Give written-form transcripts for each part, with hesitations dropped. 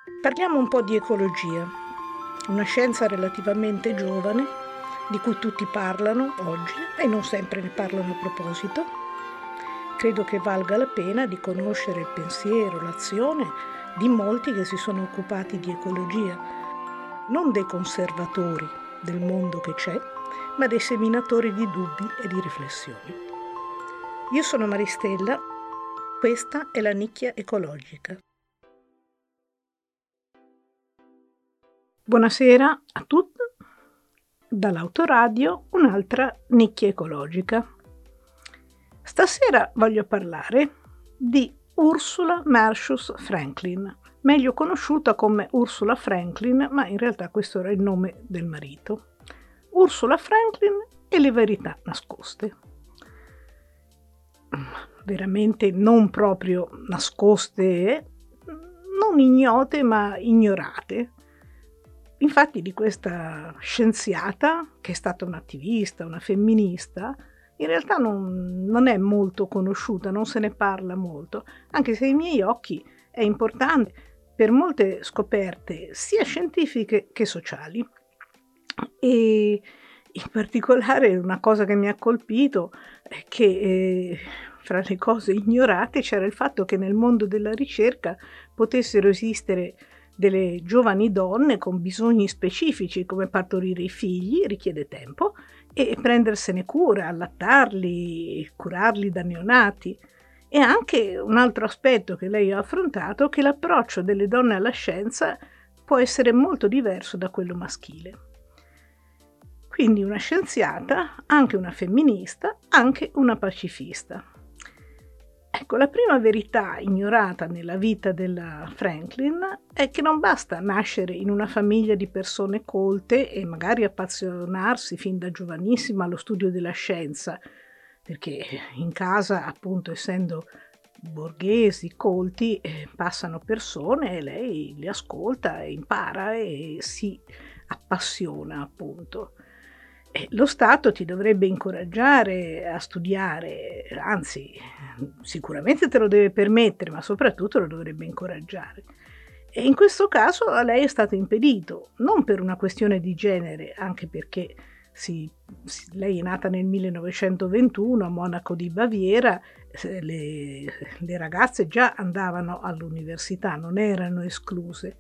Parliamo un po' di ecologia, una scienza relativamente giovane, di cui tutti parlano oggi e non sempre ne parlano a proposito. Credo che valga la pena di conoscere il pensiero, l'azione di molti che si sono occupati di ecologia, non dei conservatori del mondo che c'è, ma dei seminatori di dubbi e di riflessioni. Io sono Maristella, questa è la Nicchia Ecologica. Buonasera a tutti, dall'Autoradio un'altra nicchia ecologica. Stasera voglio parlare di Ursula Marcus Franklin, meglio conosciuta come Ursula Franklin, ma in realtà questo era il nome del marito. Ursula Franklin e le verità nascoste. Veramente non proprio nascoste, non ignote ma ignorate. Infatti di questa scienziata, che è stata un'attivista, una femminista, in realtà non è molto conosciuta, non se ne parla molto, anche se ai miei occhi è importante per molte scoperte sia scientifiche che sociali. E in particolare una cosa che mi ha colpito è che fra le cose ignorate c'era il fatto che nel mondo della ricerca potessero esistere delle giovani donne con bisogni specifici come partorire i figli, richiede tempo, e prendersene cura, allattarli, curarli da neonati. E anche un altro aspetto che lei ha affrontato, che l'approccio delle donne alla scienza può essere molto diverso da quello maschile. Quindi una scienziata, anche una femminista, anche una pacifista. Ecco, la prima verità ignorata nella vita della Franklin è che non basta nascere in una famiglia di persone colte e magari appassionarsi fin da giovanissima allo studio della scienza, perché in casa, appunto, essendo borghesi, colti, passano persone e lei le ascolta e impara e si appassiona, appunto. Lo Stato ti dovrebbe incoraggiare a studiare, anzi, sicuramente te lo deve permettere, ma soprattutto lo dovrebbe incoraggiare. E in questo caso a lei è stato impedito, non per una questione di genere, anche perché lei è nata nel 1921 a Monaco di Baviera, le ragazze già andavano all'università, non erano escluse.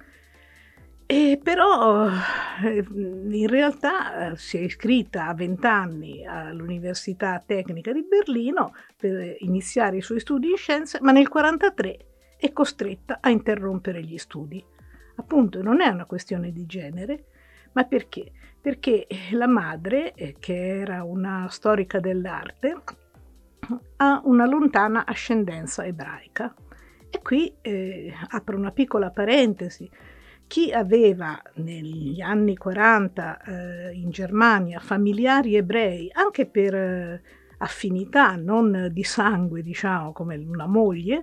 Però in realtà si è iscritta a 20 anni all'Università Tecnica di Berlino per iniziare i suoi studi in scienze, ma nel 1943 è costretta a interrompere gli studi. Appunto, non è una questione di genere, ma perché? Perché la madre, che era una storica dell'arte, ha una lontana ascendenza ebraica. E qui apro una piccola parentesi. Chi aveva negli anni 40 in Germania familiari ebrei, anche per affinità, non di sangue, diciamo, come una moglie,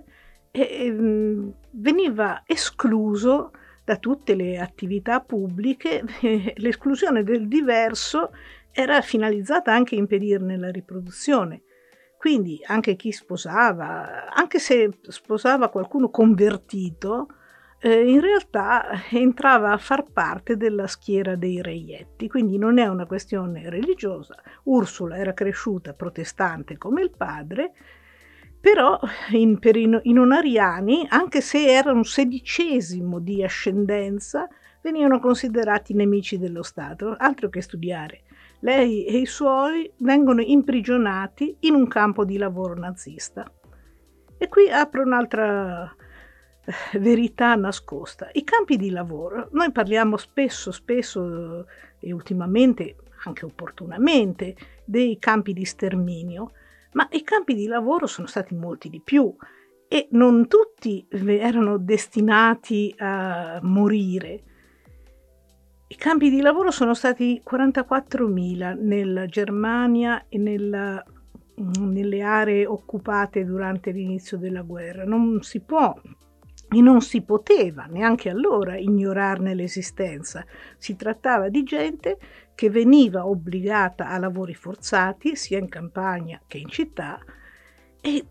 veniva escluso da tutte le attività pubbliche. L'esclusione del diverso era finalizzata anche a impedirne la riproduzione. Quindi anche chi sposava, anche se sposava qualcuno convertito, in realtà entrava a far parte della schiera dei reietti, quindi non è una questione religiosa. Ursula era cresciuta protestante come il padre, però i nonariani, anche se erano un sedicesimo di ascendenza, venivano considerati nemici dello Stato, altro che studiare. Lei e i suoi vengono imprigionati in un campo di lavoro nazista. E qui apro un'altra verità nascosta. I campi di lavoro, noi parliamo spesso e ultimamente anche opportunamente dei campi di sterminio, ma i campi di lavoro sono stati molti di più e non tutti erano destinati a morire. I campi di lavoro sono stati 44.000 nella Germania e nelle aree occupate durante l'inizio della guerra. Non si può e non si poteva neanche allora ignorarne l'esistenza. Si trattava di gente che veniva obbligata a lavori forzati sia in campagna che in città, e tutti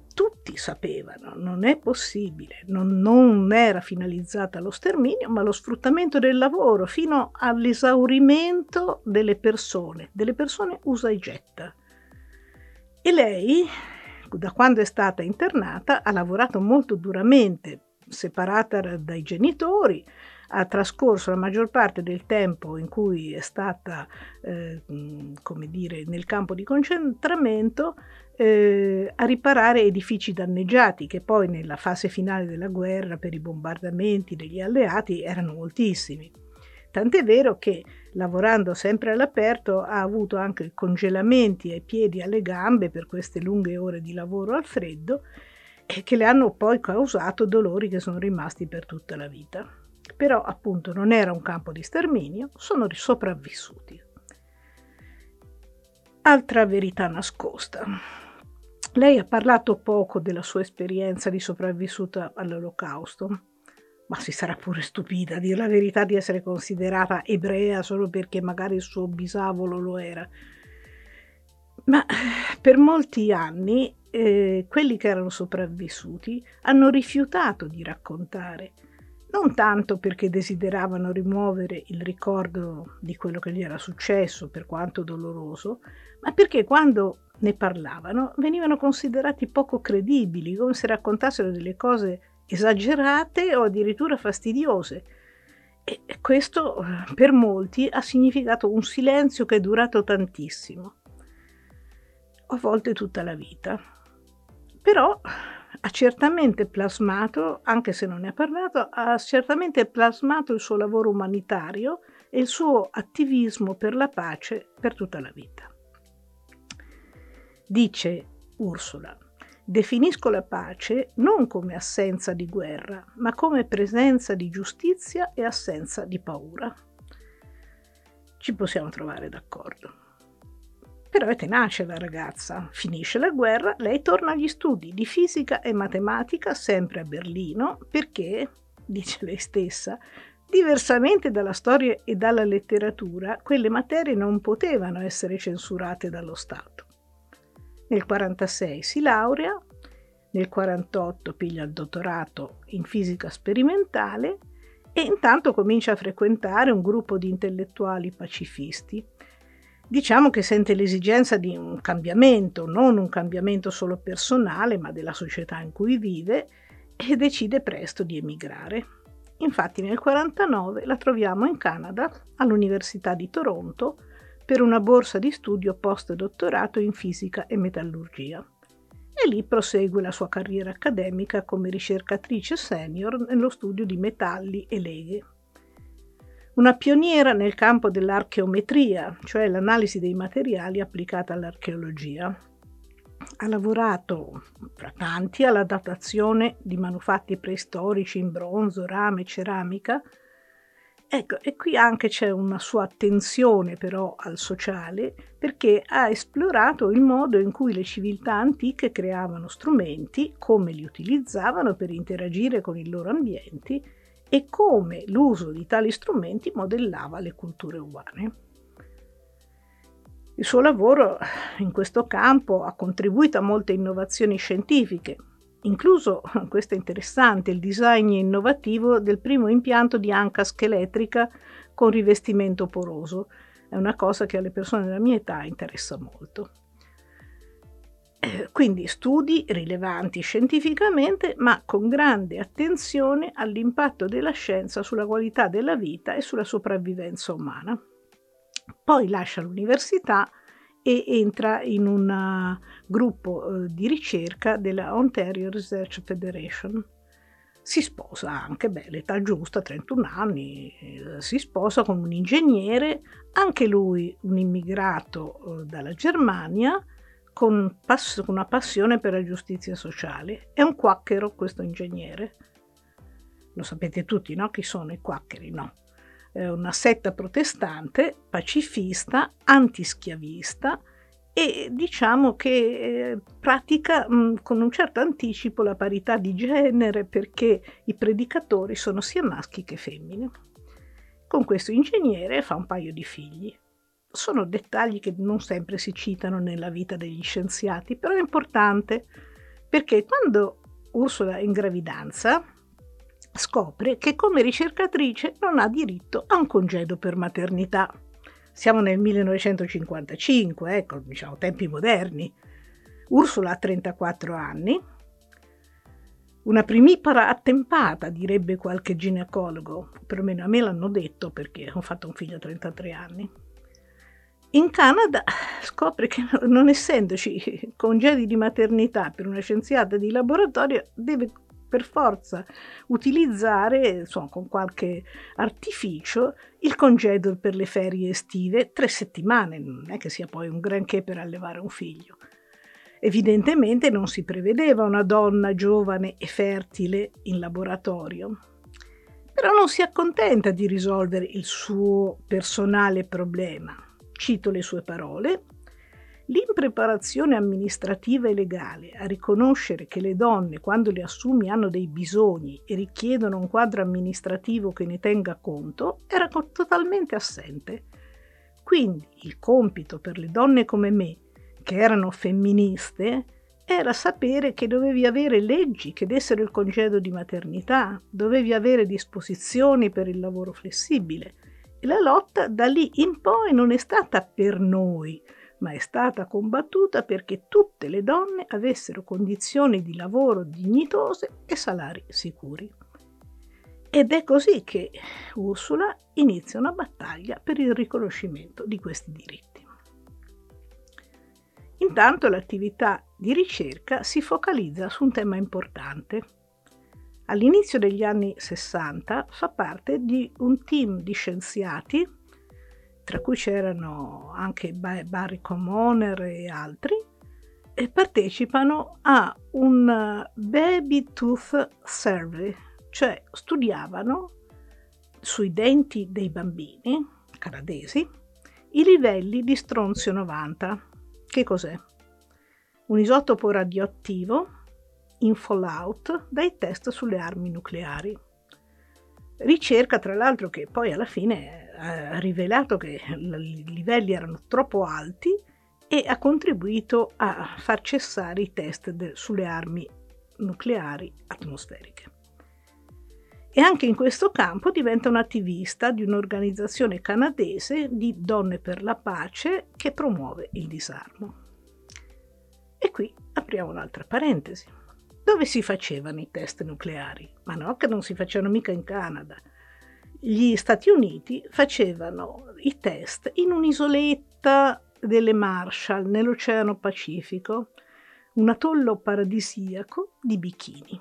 tutti sapevano, non è possibile, non era finalizzata allo sterminio, ma allo sfruttamento del lavoro fino all'esaurimento delle persone usa e getta. E lei, da quando è stata internata, ha lavorato molto duramente, separata dai genitori, ha trascorso la maggior parte del tempo in cui è stata, come dire, nel campo di concentramento, a riparare edifici danneggiati, che poi nella fase finale della guerra, per i bombardamenti degli alleati, erano moltissimi. Tant'è vero che, lavorando sempre all'aperto, ha avuto anche congelamenti ai piedi e alle gambe per queste lunghe ore di lavoro al freddo, e che le hanno poi causato dolori che sono rimasti per tutta la vita. Però appunto non era un campo di sterminio, sono sopravvissuti. Altra verità nascosta. Lei ha parlato poco della sua esperienza di sopravvissuta all'Olocausto, ma si sarà pure stupita a dire la verità di essere considerata ebrea solo perché magari il suo bisavolo lo era. Ma per molti anni quelli che erano sopravvissuti hanno rifiutato di raccontare, non tanto perché desideravano rimuovere il ricordo di quello che gli era successo, per quanto doloroso, ma perché quando ne parlavano venivano considerati poco credibili, come se raccontassero delle cose esagerate o addirittura fastidiose. E questo per molti ha significato un silenzio che è durato tantissimo, a volte tutta la vita. Però ha certamente plasmato, anche se non ne ha parlato, ha certamente plasmato il suo lavoro umanitario e il suo attivismo per la pace per tutta la vita. Dice Ursula: definisco la pace non come assenza di guerra, ma come presenza di giustizia e assenza di paura. Ci possiamo trovare d'accordo. Però è tenace la ragazza. Finisce la guerra, lei torna agli studi di fisica e matematica, sempre a Berlino, perché, dice lei stessa, diversamente dalla storia e dalla letteratura, quelle materie non potevano essere censurate dallo Stato. Nel 1946 si laurea, nel 1948 piglia il dottorato in fisica sperimentale e intanto comincia a frequentare un gruppo di intellettuali pacifisti. Diciamo che sente l'esigenza di un cambiamento, non un cambiamento solo personale, ma della società in cui vive, e decide presto di emigrare. Infatti nel 1949 la troviamo in Canada, all'Università di Toronto, per una borsa di studio post-dottorato in fisica e metallurgia. E lì prosegue la sua carriera accademica come ricercatrice senior nello studio di metalli e leghe. Una pioniera nel campo dell'archeometria, cioè l'analisi dei materiali applicata all'archeologia. Ha lavorato, fra tanti, alla datazione di manufatti preistorici in bronzo, rame e ceramica. Ecco, e qui anche c'è una sua attenzione però al sociale, perché ha esplorato il modo in cui le civiltà antiche creavano strumenti, come li utilizzavano per interagire con i loro ambienti e come l'uso di tali strumenti modellava le culture umane. Il suo lavoro in questo campo ha contribuito a molte innovazioni scientifiche, incluso, questo è interessante, il design innovativo del primo impianto di anca scheletrica con rivestimento poroso. È una cosa che alle persone della mia età interessa molto. Quindi studi rilevanti scientificamente, ma con grande attenzione all'impatto della scienza sulla qualità della vita e sulla sopravvivenza umana. Poi lascia l'università e entra in un gruppo di ricerca della Ontario Research Federation. Si sposa anche, l'età giusta, 31 anni, si sposa con un ingegnere, anche lui un immigrato dalla Germania, con una passione per la giustizia sociale. È un quacchero questo ingegnere. Lo sapete tutti, no? Chi sono i quaccheri? No. È una setta protestante, pacifista, antischiavista e diciamo che pratica con un certo anticipo la parità di genere, perché i predicatori sono sia maschi che femmine. Con questo ingegnere fa un paio di figli. Sono dettagli che non sempre si citano nella vita degli scienziati, però è importante perché quando Ursula è in gravidanza scopre che come ricercatrice non ha diritto a un congedo per maternità. Siamo nel 1955, ecco, diciamo tempi moderni. Ursula ha 34 anni, una primipara attempata, direbbe qualche ginecologo, perlomeno a me l'hanno detto perché ho fatto un figlio a 33 anni. In Canada scopre che non essendoci congedi di maternità per una scienziata di laboratorio deve per forza utilizzare, insomma, con qualche artificio, il congedo per le ferie estive, 3 settimane, non è che sia poi un granché per allevare un figlio. Evidentemente non si prevedeva una donna giovane e fertile in laboratorio, però non si accontenta di risolvere il suo personale problema. Cito le sue parole: l'impreparazione amministrativa e legale a riconoscere che le donne, quando le assumi, hanno dei bisogni e richiedono un quadro amministrativo che ne tenga conto, era totalmente assente. Quindi il compito per le donne come me, che erano femministe, era sapere che dovevi avere leggi che dessero il congedo di maternità, dovevi avere disposizioni per il lavoro flessibile. E la lotta da lì in poi non è stata per noi, ma è stata combattuta perché tutte le donne avessero condizioni di lavoro dignitose e salari sicuri. Ed è così che Ursula inizia una battaglia per il riconoscimento di questi diritti. Intanto l'attività di ricerca si focalizza su un tema importante. All'inizio degli anni 60 fa parte di un team di scienziati, tra cui c'erano anche Barry Commoner e altri, e partecipano a un Baby Tooth Survey, cioè studiavano sui denti dei bambini canadesi i livelli di stronzio 90. Che cos'è? Un isotopo radioattivo in fallout dai test sulle armi nucleari. Ricerca, tra l'altro, che poi alla fine ha rivelato che i livelli erano troppo alti e ha contribuito a far cessare i test sulle armi nucleari atmosferiche. E anche in questo campo diventa un attivista di un'organizzazione canadese di donne per la pace che promuove il disarmo. E qui apriamo un'altra parentesi. Dove si facevano i test nucleari? Ma no, che non si facevano mica in Canada. Gli Stati Uniti facevano i test in un'isoletta delle Marshall nell'Oceano Pacifico, un atollo paradisiaco di Bikini.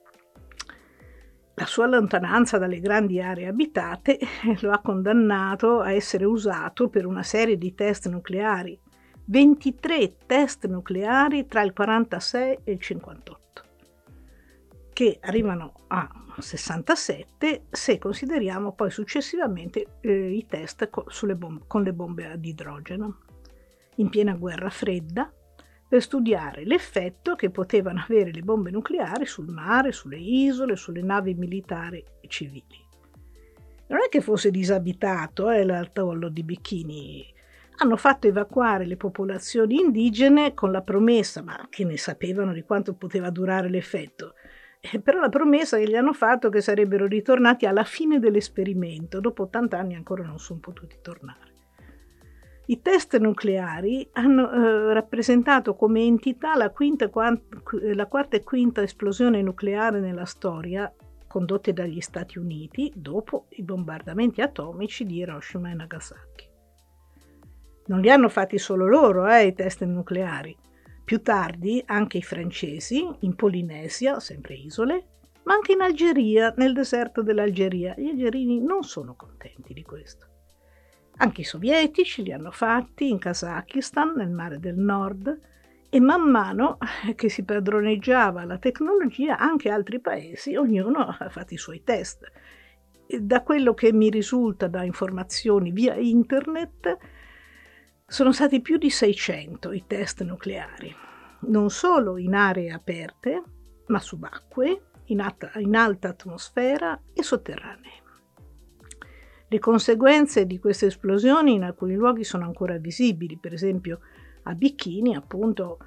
La sua lontananza dalle grandi aree abitate lo ha condannato a essere usato per una serie di test nucleari, 23 test nucleari tra il 46 e il 58, che arrivano a 67 se consideriamo poi successivamente i test con le bombe ad idrogeno, in piena guerra fredda, per studiare l'effetto che potevano avere le bombe nucleari sul mare, sulle isole, sulle navi militari e civili. Non è che fosse disabitato l'atollo di Bikini. Hanno fatto evacuare le popolazioni indigene con la promessa, ma che ne sapevano di quanto poteva durare l'effetto, però la promessa che gli hanno fatto che sarebbero ritornati alla fine dell'esperimento. Dopo 80 anni ancora non sono potuti tornare. I test nucleari hanno rappresentato come entità la quarta e quinta esplosione nucleare nella storia condotte dagli Stati Uniti dopo i bombardamenti atomici di Hiroshima e Nagasaki. Non li hanno fatti solo loro, i test nucleari. Più tardi anche i francesi, in Polinesia, sempre isole, ma anche in Algeria, nel deserto dell'Algeria. Gli algerini non sono contenti di questo. Anche i sovietici li hanno fatti in Kazakistan, nel mare del Nord, e man mano che si padroneggiava la tecnologia, anche altri paesi, ognuno ha fatto i suoi test. E da quello che mi risulta da informazioni via internet, sono stati più di 600 i test nucleari, non solo in aree aperte, ma subacquee, in alta atmosfera e sotterranee. Le conseguenze di queste esplosioni in alcuni luoghi sono ancora visibili, per esempio a Bikini, appunto,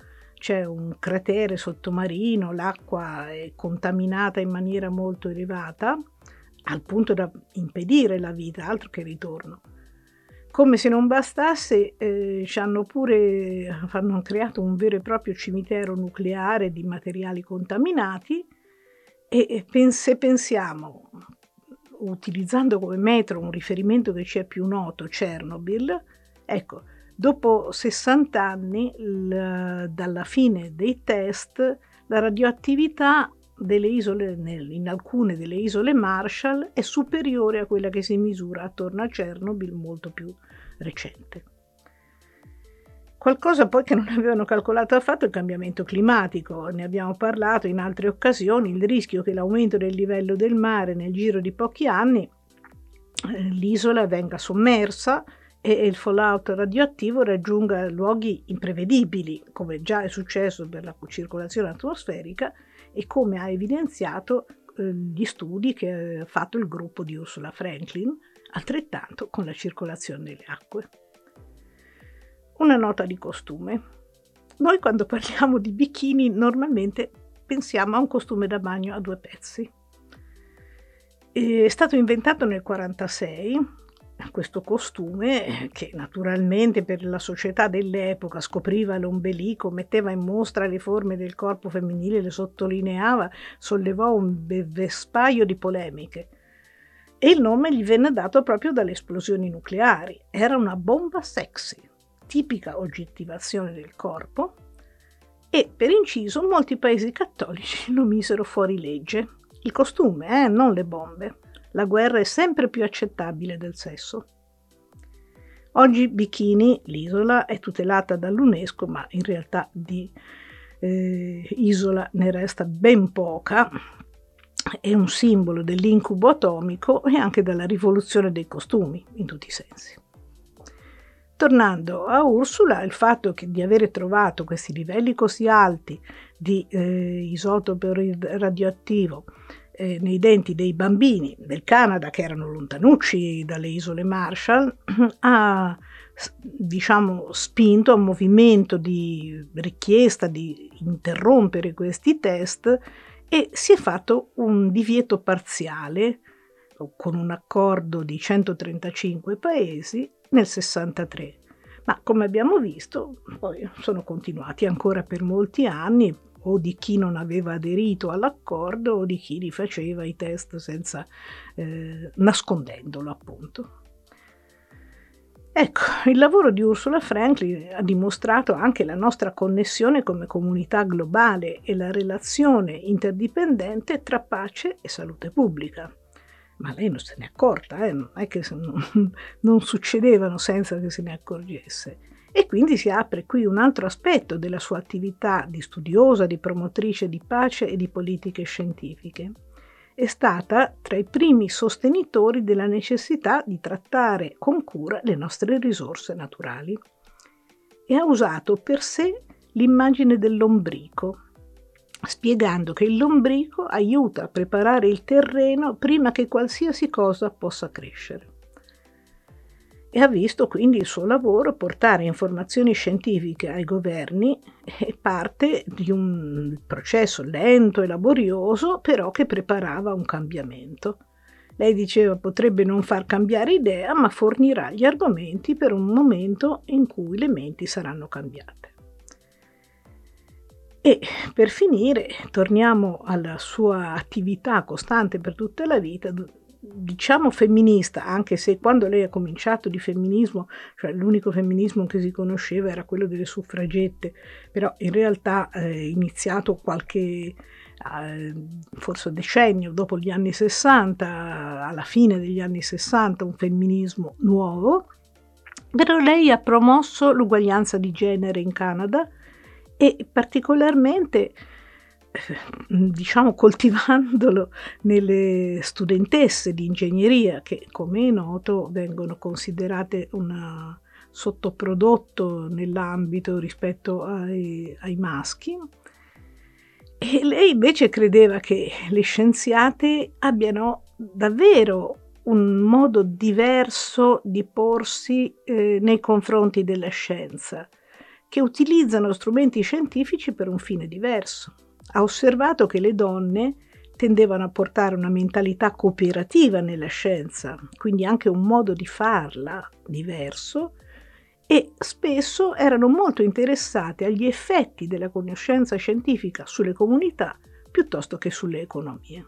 c'è un cratere sottomarino, l'acqua è contaminata in maniera molto elevata, al punto da impedire la vita, altro che ritorno. Come se non bastasse, hanno creato un vero e proprio cimitero nucleare di materiali contaminati e se pensiamo, utilizzando come metro un riferimento che ci è più noto, Chernobyl, ecco, dopo 60 anni dalla fine dei test, la radioattività in alcune delle isole Marshall è superiore a quella che si misura attorno a Chernobyl, molto più recente. Qualcosa poi che non avevano calcolato affatto è il cambiamento climatico. Ne abbiamo parlato in altre occasioni, il rischio che l'aumento del livello del mare nel giro di pochi anni l'isola venga sommersa e il fallout radioattivo raggiunga luoghi imprevedibili, come già è successo per la circolazione atmosferica e come ha evidenziato gli studi che ha fatto il gruppo di Ursula Franklin, altrettanto con la circolazione delle acque. Una nota di costume. Noi quando parliamo di bikini normalmente pensiamo a un costume da bagno a 2 pezzi. È stato inventato nel 1946 questo costume che naturalmente per la società dell'epoca scopriva l'ombelico, metteva in mostra le forme del corpo femminile, le sottolineava, sollevò un vespaio di polemiche. E il nome gli venne dato proprio dalle esplosioni nucleari. Era una bomba sexy, tipica oggettivazione del corpo, e per inciso molti paesi cattolici lo misero fuori legge. Il costume, non le bombe. La guerra è sempre più accettabile del sesso. Oggi Bikini, l'isola, è tutelata dall'UNESCO, ma in realtà di isola ne resta ben poca. È un simbolo dell'incubo atomico e anche della rivoluzione dei costumi, in tutti i sensi. Tornando a Ursula, il fatto di avere trovato questi livelli così alti di isotopo radioattivo nei denti dei bambini del Canada, che erano lontanucci dalle isole Marshall, ha spinto a un movimento di richiesta di interrompere questi test e si è fatto un divieto parziale con un accordo di 135 paesi nel 1963. Ma come abbiamo visto, poi sono continuati ancora per molti anni, o di chi non aveva aderito all'accordo o di chi li faceva i test senza nascondendolo, appunto. Ecco, il lavoro di Ursula Franklin ha dimostrato anche la nostra connessione come comunità globale e la relazione interdipendente tra pace e salute pubblica. Ma lei non se n'è accorta, non è che non succedevano senza che se ne accorgesse. E quindi si apre qui un altro aspetto della sua attività di studiosa, di promotrice di pace e di politiche scientifiche. È stata tra i primi sostenitori della necessità di trattare con cura le nostre risorse naturali e ha usato per sé l'immagine del lombrico, spiegando che il lombrico aiuta a preparare il terreno prima che qualsiasi cosa possa crescere. E ha visto quindi il suo lavoro portare informazioni scientifiche ai governi e parte di un processo lento e laborioso, però che preparava un cambiamento. Lei diceva potrebbe non far cambiare idea, ma fornirà gli argomenti per un momento in cui le menti saranno cambiate. E per finire torniamo alla sua attività costante per tutta la vita, diciamo femminista, anche se quando lei ha cominciato di femminismo, cioè l'unico femminismo che si conosceva era quello delle suffragette, però in realtà è iniziato forse decennio dopo gli anni 60, alla fine degli anni 60, un femminismo nuovo, però lei ha promosso l'uguaglianza di genere in Canada e particolarmente coltivandolo nelle studentesse di ingegneria che, come è noto, vengono considerate un sottoprodotto nell'ambito rispetto ai maschi. E lei invece credeva che le scienziate abbiano davvero un modo diverso di porsi nei confronti della scienza, che utilizzano strumenti scientifici per un fine diverso. Ha osservato che le donne tendevano a portare una mentalità cooperativa nella scienza, quindi anche un modo di farla diverso, e spesso erano molto interessate agli effetti della conoscenza scientifica sulle comunità piuttosto che sulle economie.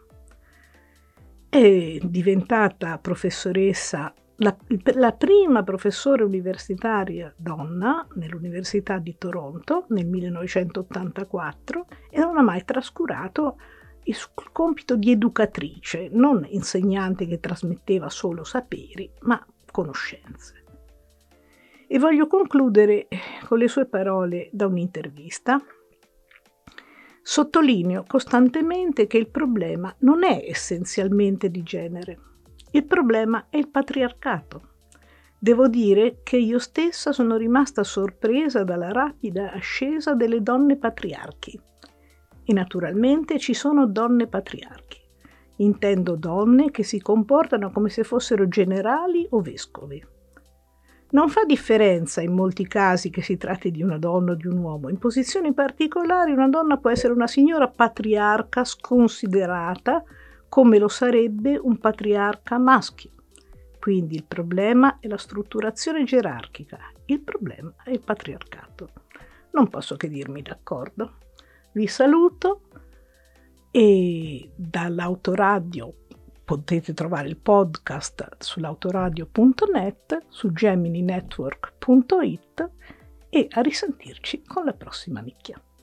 È diventata professoressa, la prima professora universitaria donna nell'Università di Toronto nel 1984, e non ha mai trascurato il compito di educatrice, non insegnante che trasmetteva solo saperi, ma conoscenze. E voglio concludere con le sue parole da un'intervista. Sottolineo costantemente che il problema non è essenzialmente di genere. Il problema è il patriarcato. Devo dire che io stessa sono rimasta sorpresa dalla rapida ascesa delle donne patriarchi. E naturalmente ci sono donne patriarchi. Intendo donne che si comportano come se fossero generali o vescovi. Non fa differenza in molti casi che si tratti di una donna o di un uomo. In posizioni particolari una donna può essere una signora patriarca sconsiderata, come lo sarebbe un patriarca maschio. Quindi il problema è la strutturazione gerarchica, il problema è il patriarcato. Non posso che dirmi d'accordo. Vi saluto e dall'Autoradio potete trovare il podcast sull'autoradio.net, su gemininetwork.it, e a risentirci con la prossima nicchia.